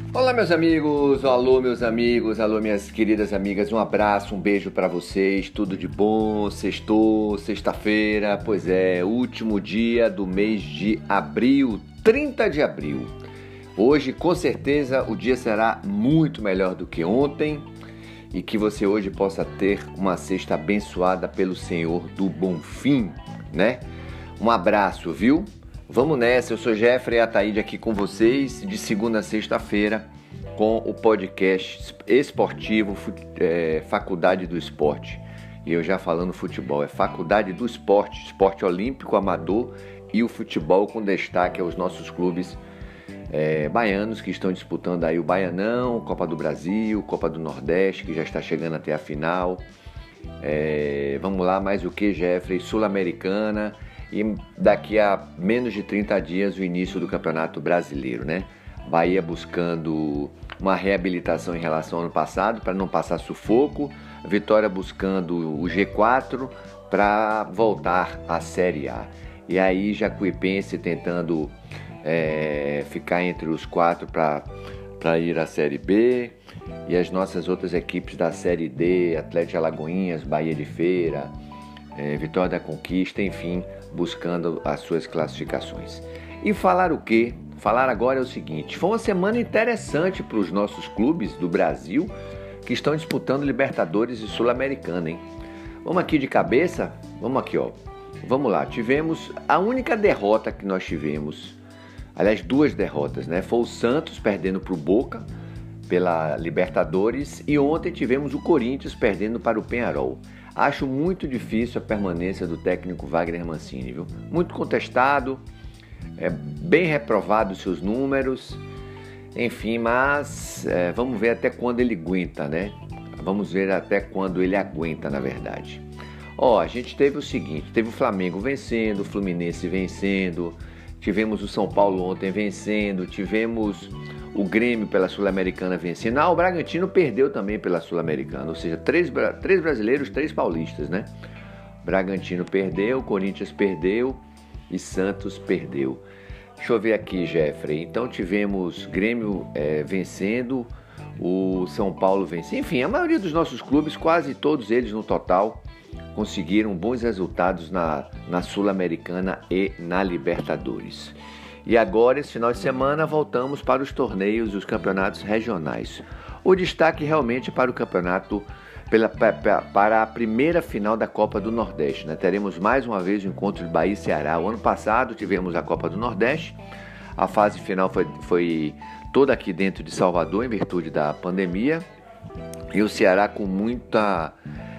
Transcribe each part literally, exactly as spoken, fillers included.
Olá meus amigos, alô meus amigos, alô minhas queridas amigas, um abraço, um beijo pra vocês, tudo de bom, sextou, sexta-feira, pois é, último dia do mês de abril, trinta de abril. Hoje com certeza o dia será muito melhor do que ontem e que você hoje possa ter uma sexta abençoada pelo Senhor do Bonfim, né? Um abraço, viu? Vamos nessa, eu sou Jeffrey Ataíde aqui com vocês de segunda a sexta-feira com o podcast esportivo é, Faculdade do Esporte. E eu já falando futebol, é Faculdade do Esporte, esporte olímpico, amador e o futebol com destaque aos nossos clubes é, baianos que estão disputando aí o Baianão, Copa do Brasil, Copa do Nordeste, que já está chegando até a final. É, vamos lá, mais o que, Jeffrey? Sul-Americana. E daqui a menos de trinta dias o início do Campeonato Brasileiro, né? Bahia buscando uma reabilitação em relação ao ano passado para não passar sufoco. Vitória buscando o G quatro para voltar à Série A. E aí Jacuipense tentando é, ficar entre os quatro para ir à Série B. E as nossas outras equipes da Série D, Atlético Alagoinhas, Bahia de Feira, é, Vitória da Conquista, enfim, buscando as suas classificações. E falar o quê? Falar agora é o seguinte, foi uma semana interessante para os nossos clubes do Brasil que estão disputando Libertadores e Sul-Americana, hein? Vamos aqui de cabeça? Vamos aqui, ó. Vamos lá, tivemos a única derrota que nós tivemos, aliás, duas derrotas, né? Foi o Santos perdendo para o Boca pela Libertadores e ontem tivemos o Corinthians perdendo para o Peñarol. Acho muito difícil a permanência do técnico Wagner Mancini, viu? Muito contestado, é, bem reprovado os seus números, enfim, mas é, vamos ver até quando ele aguenta, né? Vamos ver até quando ele aguenta, na verdade. Ó, a gente teve o seguinte, teve o Flamengo vencendo, o Fluminense vencendo, tivemos o São Paulo ontem vencendo, tivemos o Grêmio pela Sul-Americana vencendo. Ah, o Bragantino perdeu também pela Sul-Americana, ou seja, três, três brasileiros, três paulistas, né? Bragantino perdeu, Corinthians perdeu e Santos perdeu. Deixa eu ver aqui, Jeffrey. Então tivemos Grêmio é, vencendo, o São Paulo vencendo. Enfim, a maioria dos nossos clubes, quase todos eles no total, conseguiram bons resultados na, na Sul-Americana e na Libertadores. E agora, esse final de semana, voltamos para os torneios e os campeonatos regionais. O destaque realmente para o campeonato, pela, para a primeira final da Copa do Nordeste, né? Teremos mais uma vez o encontro de Bahia e Ceará. O ano passado tivemos a Copa do Nordeste, a fase final foi, foi toda aqui dentro de Salvador, em virtude da pandemia, e o Ceará com muita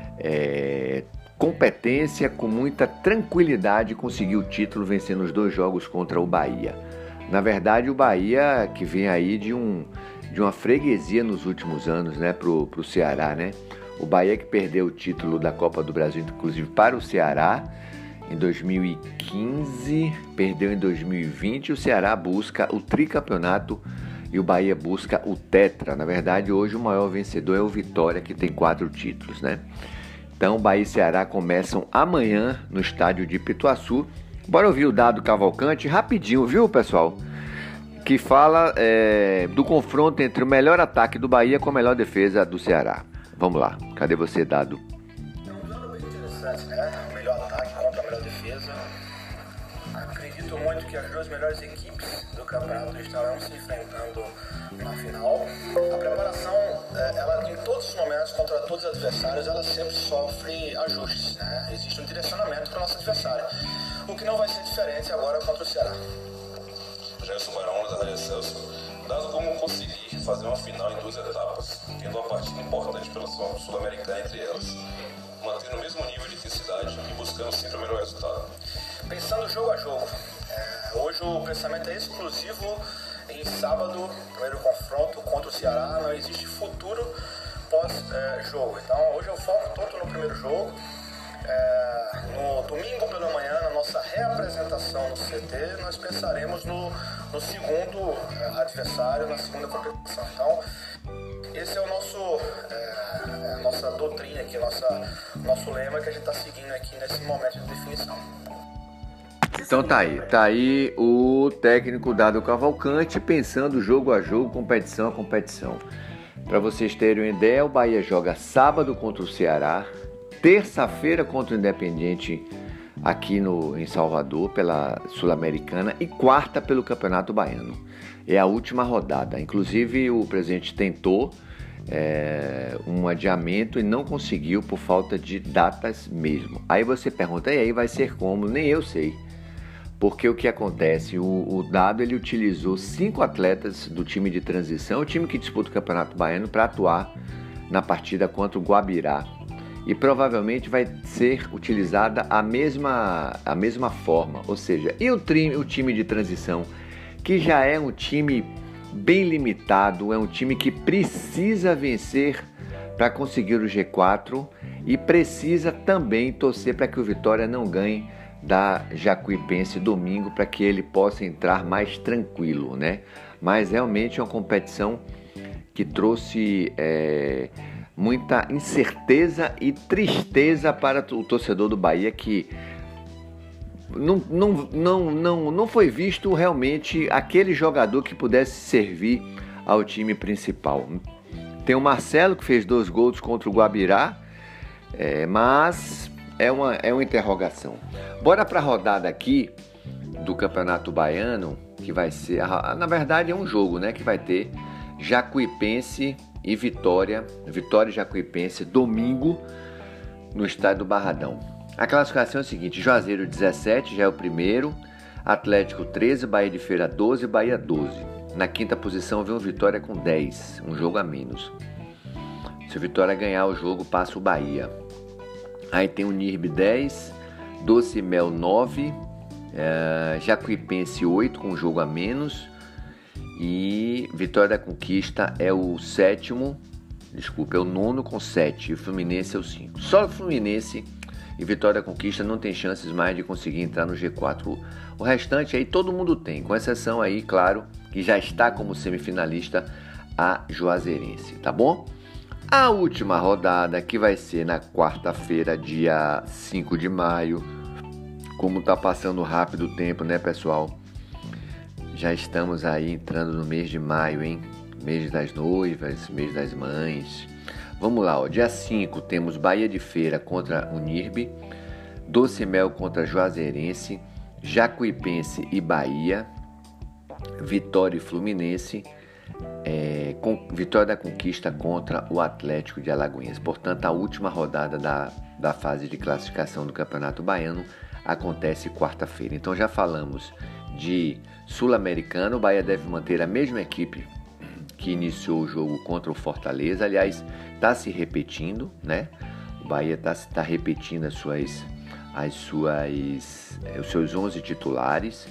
é, competência, com muita tranquilidade, conseguiu o título vencendo os dois jogos contra o Bahia. Na verdade, o Bahia que vem aí de, um, de uma freguesia nos últimos anos, né, pro, pro Ceará, né? O Bahia que perdeu o título da Copa do Brasil, inclusive para o Ceará, em dois mil e quinze, perdeu em dois mil e vinte, o Ceará busca o tricampeonato e o Bahia busca o tetra. Na verdade, hoje o maior vencedor é o Vitória, que tem quatro títulos, né? Então, Bahia e Ceará começam amanhã no estádio de Pituaçu. Bora ouvir o Dado Cavalcante rapidinho, viu, pessoal? Que fala é, do confronto entre o melhor ataque do Bahia com a melhor defesa do Ceará. Vamos lá, cadê você, Dado? É um duelo bem interessante, né? O melhor ataque contra a melhor defesa. Acredito muito que as duas melhores equipes do campeonato estarão se enfrentando na final. A preparação, ela em todos os momentos, contra todos os adversários, ela sempre sofre ajustes, né? Existe um direcionamento para o nosso adversário, o que não vai ser diferente agora contra o Ceará. Gerson Barão, da Rádio Celso. Dado como conseguir fazer uma final em duas etapas, tendo uma partida importante pela Sul-Americana entre elas, mantendo o mesmo nível de intensidade e buscando sempre o melhor resultado. Pensando jogo a jogo, é, hoje o pensamento é exclusivo em sábado, primeiro confronto contra o Ceará, não existe futuro pós-jogo. É, então hoje eu foco todo no primeiro jogo. É, no domingo pela manhã, na nossa reapresentação no C T, nós pensaremos no, no segundo é, adversário, na segunda competição. Então, esse é o nosso, é, a nossa doutrina aqui, nossa, nosso lema que a gente está seguindo aqui nesse momento de definição. Então tá aí, tá aí o técnico Dado Cavalcante pensando jogo a jogo, competição a competição. Para vocês terem uma ideia, o Bahia joga sábado contra o Ceará, terça-feira contra o Independiente aqui no, em Salvador pela Sul-Americana e quarta pelo Campeonato Baiano. É a última rodada. Inclusive o presidente tentou é, um adiamento e não conseguiu por falta de datas mesmo. Aí você pergunta, e aí vai ser como? Nem eu sei. Porque o que acontece? O, o Dado ele utilizou cinco atletas do time de transição, o time que disputa o Campeonato Baiano, para atuar na partida contra o Guabirá. E provavelmente vai ser utilizada a mesma, a mesma forma. Ou seja, e o, tri, o time de transição, que já é um time bem limitado, é um time que precisa vencer para conseguir o G quatro e precisa também torcer para que o Vitória não ganhe da Jacuipense domingo, para que ele possa entrar mais tranquilo, né? Mas realmente é uma competição que trouxe é, muita incerteza e tristeza para o torcedor do Bahia, que não, não, não, não, não foi visto realmente aquele jogador que pudesse servir ao time principal. Tem o Marcelo, que fez dois gols contra o Guabirá, é, mas é uma, é uma interrogação. Bora para a rodada aqui do Campeonato Baiano, que vai ser, na verdade é um jogo, né, que vai ter Jacuipense e Vitória, Vitória e Jacuipense, domingo, no estádio do Barradão. A classificação é a seguinte: Juazeiro dezessete, já é o primeiro, Atlético treze, Bahia de Feira doze, Bahia doze. Na quinta posição vem o Vitória com dez, um jogo a menos. Se o Vitória ganhar o jogo, passa o Bahia. Aí tem o N I R B dez, Doce Mel nove, é, Jacuipense oito, com um jogo a menos. E Vitória da Conquista é o sétimo, desculpa, é o nono com sete, e o Fluminense é o cinco. Só o Fluminense e Vitória da Conquista não tem chances mais de conseguir entrar no G quatro. O restante aí todo mundo tem, com exceção aí, claro, que já está como semifinalista a Juazeirense, tá bom? A última rodada, que vai ser na quarta-feira, dia cinco de maio. Como tá passando rápido o tempo, né, pessoal? Já estamos aí entrando no mês de maio, hein? Mês das noivas, mês das mães. Vamos lá, ó. Dia cinco temos Bahia de Feira contra o N I R B, Doce Mel contra Juazeirense, Jacuipense e Bahia, Vitória e Fluminense, é, com, Vitória da Conquista contra o Atlético de Alagoinhas. Portanto, a última rodada da, da fase de classificação do Campeonato Baiano acontece quarta-feira. Então já falamos de Sul-Americano. O Bahia deve manter a mesma equipe que iniciou o jogo contra o Fortaleza. Aliás, está se repetindo, né? O Bahia está tá repetindo as suas, as suas, os seus onze titulares.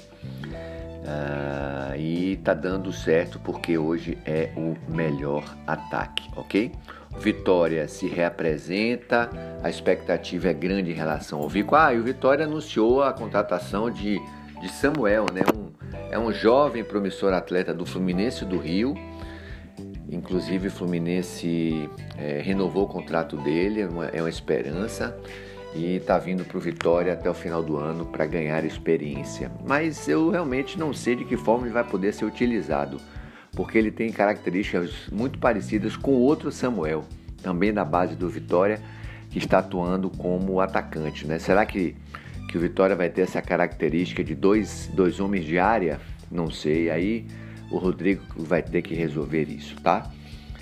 Uh, e tá dando certo porque hoje é o melhor ataque, ok? Vitória se reapresenta, a expectativa é grande em relação ao Vico. Ah, e o Vitória anunciou a contratação de, de Samuel, né? Um, é um jovem promissor atleta do Fluminense do Rio. Inclusive o Fluminense é, renovou o contrato dele, é uma, é uma esperança. E está vindo para o Vitória até o final do ano para ganhar experiência. Mas eu realmente não sei de que forma ele vai poder ser utilizado, porque ele tem características muito parecidas com o outro Samuel, também da base do Vitória, que está atuando como atacante, né? Será que, que o Vitória vai ter essa característica de dois, dois homens de área? Não sei, aí o Rodrigo vai ter que resolver isso, tá?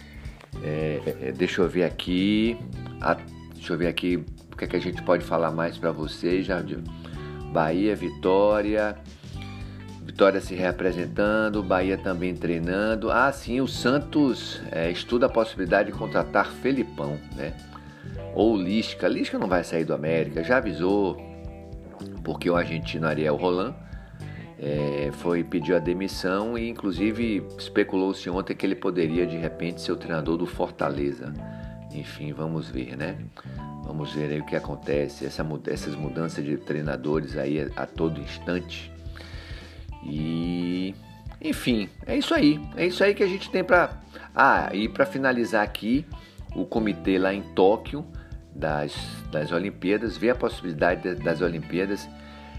É, é, deixa eu ver aqui, a, deixa eu ver aqui o que, é que a gente pode falar mais para vocês. Já de Bahia, Vitória, Vitória se reapresentando, Bahia também treinando. Ah, sim, o Santos é, estuda a possibilidade de contratar Felipão, né? Ou Lisca. Lisca não vai sair do América, já avisou, porque o argentino Ariel Roland é, foi pediu a demissão e inclusive especulou-se ontem que ele poderia de repente ser o treinador do Fortaleza. Enfim, vamos ver, né? Vamos ver aí o que acontece, essa, essas mudanças de treinadores aí a, a todo instante. E, enfim, é isso aí. É isso aí que a gente tem para... Ah, e para finalizar aqui, o comitê lá em Tóquio das, das Olimpíadas vê a possibilidade das Olimpíadas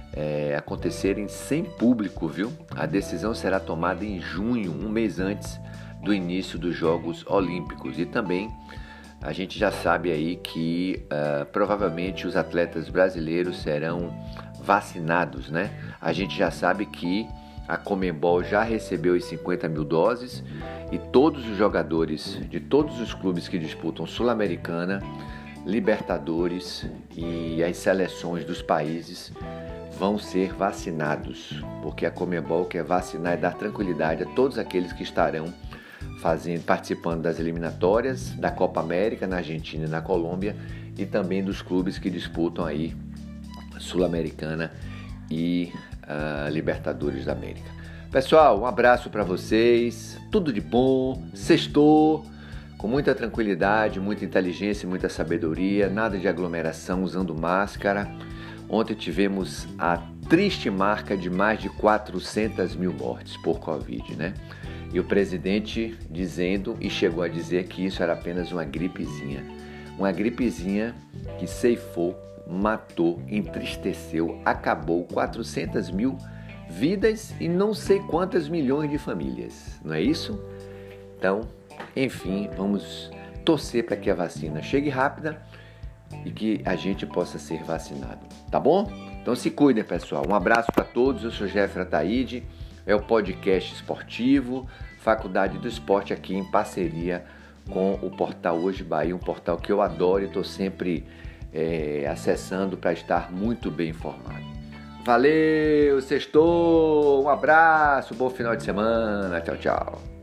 é, acontecerem sem público, viu? A decisão será tomada em junho, um mês antes do início dos Jogos Olímpicos. E também a gente já sabe aí que uh, provavelmente os atletas brasileiros serão vacinados, né? A gente já sabe que a Conmebol já recebeu as cinquenta mil doses e todos os jogadores de todos os clubes que disputam Sul-Americana, Libertadores e as seleções dos países vão ser vacinados, porque a Conmebol quer vacinar e dar tranquilidade a todos aqueles que estarão fazendo, participando das eliminatórias da Copa América na Argentina e na Colômbia e também dos clubes que disputam aí Sul-Americana e uh, Libertadores da América. Pessoal, um abraço para vocês, tudo de bom, sextou, com muita tranquilidade, muita inteligência e muita sabedoria, nada de aglomeração usando máscara. Ontem tivemos a triste marca de mais de quatrocentas mil mortes por Covid, né? E o presidente dizendo, e chegou a dizer que isso era apenas uma gripezinha. Uma gripezinha que ceifou, matou, entristeceu, acabou quatrocentas mil vidas e não sei quantas milhões de famílias, não é isso? Então, enfim, vamos torcer para que a vacina chegue rápida e que a gente possa ser vacinado, tá bom? Então se cuidem, pessoal. Um abraço para todos, eu sou Jeffrey Ataíde, é o podcast esportivo, Faculdade do Esporte aqui em parceria com o portal Hoje Bahia, um portal que eu adoro e estou sempre é, acessando para estar muito bem informado. Valeu, sextou, um abraço, bom final de semana, tchau, tchau.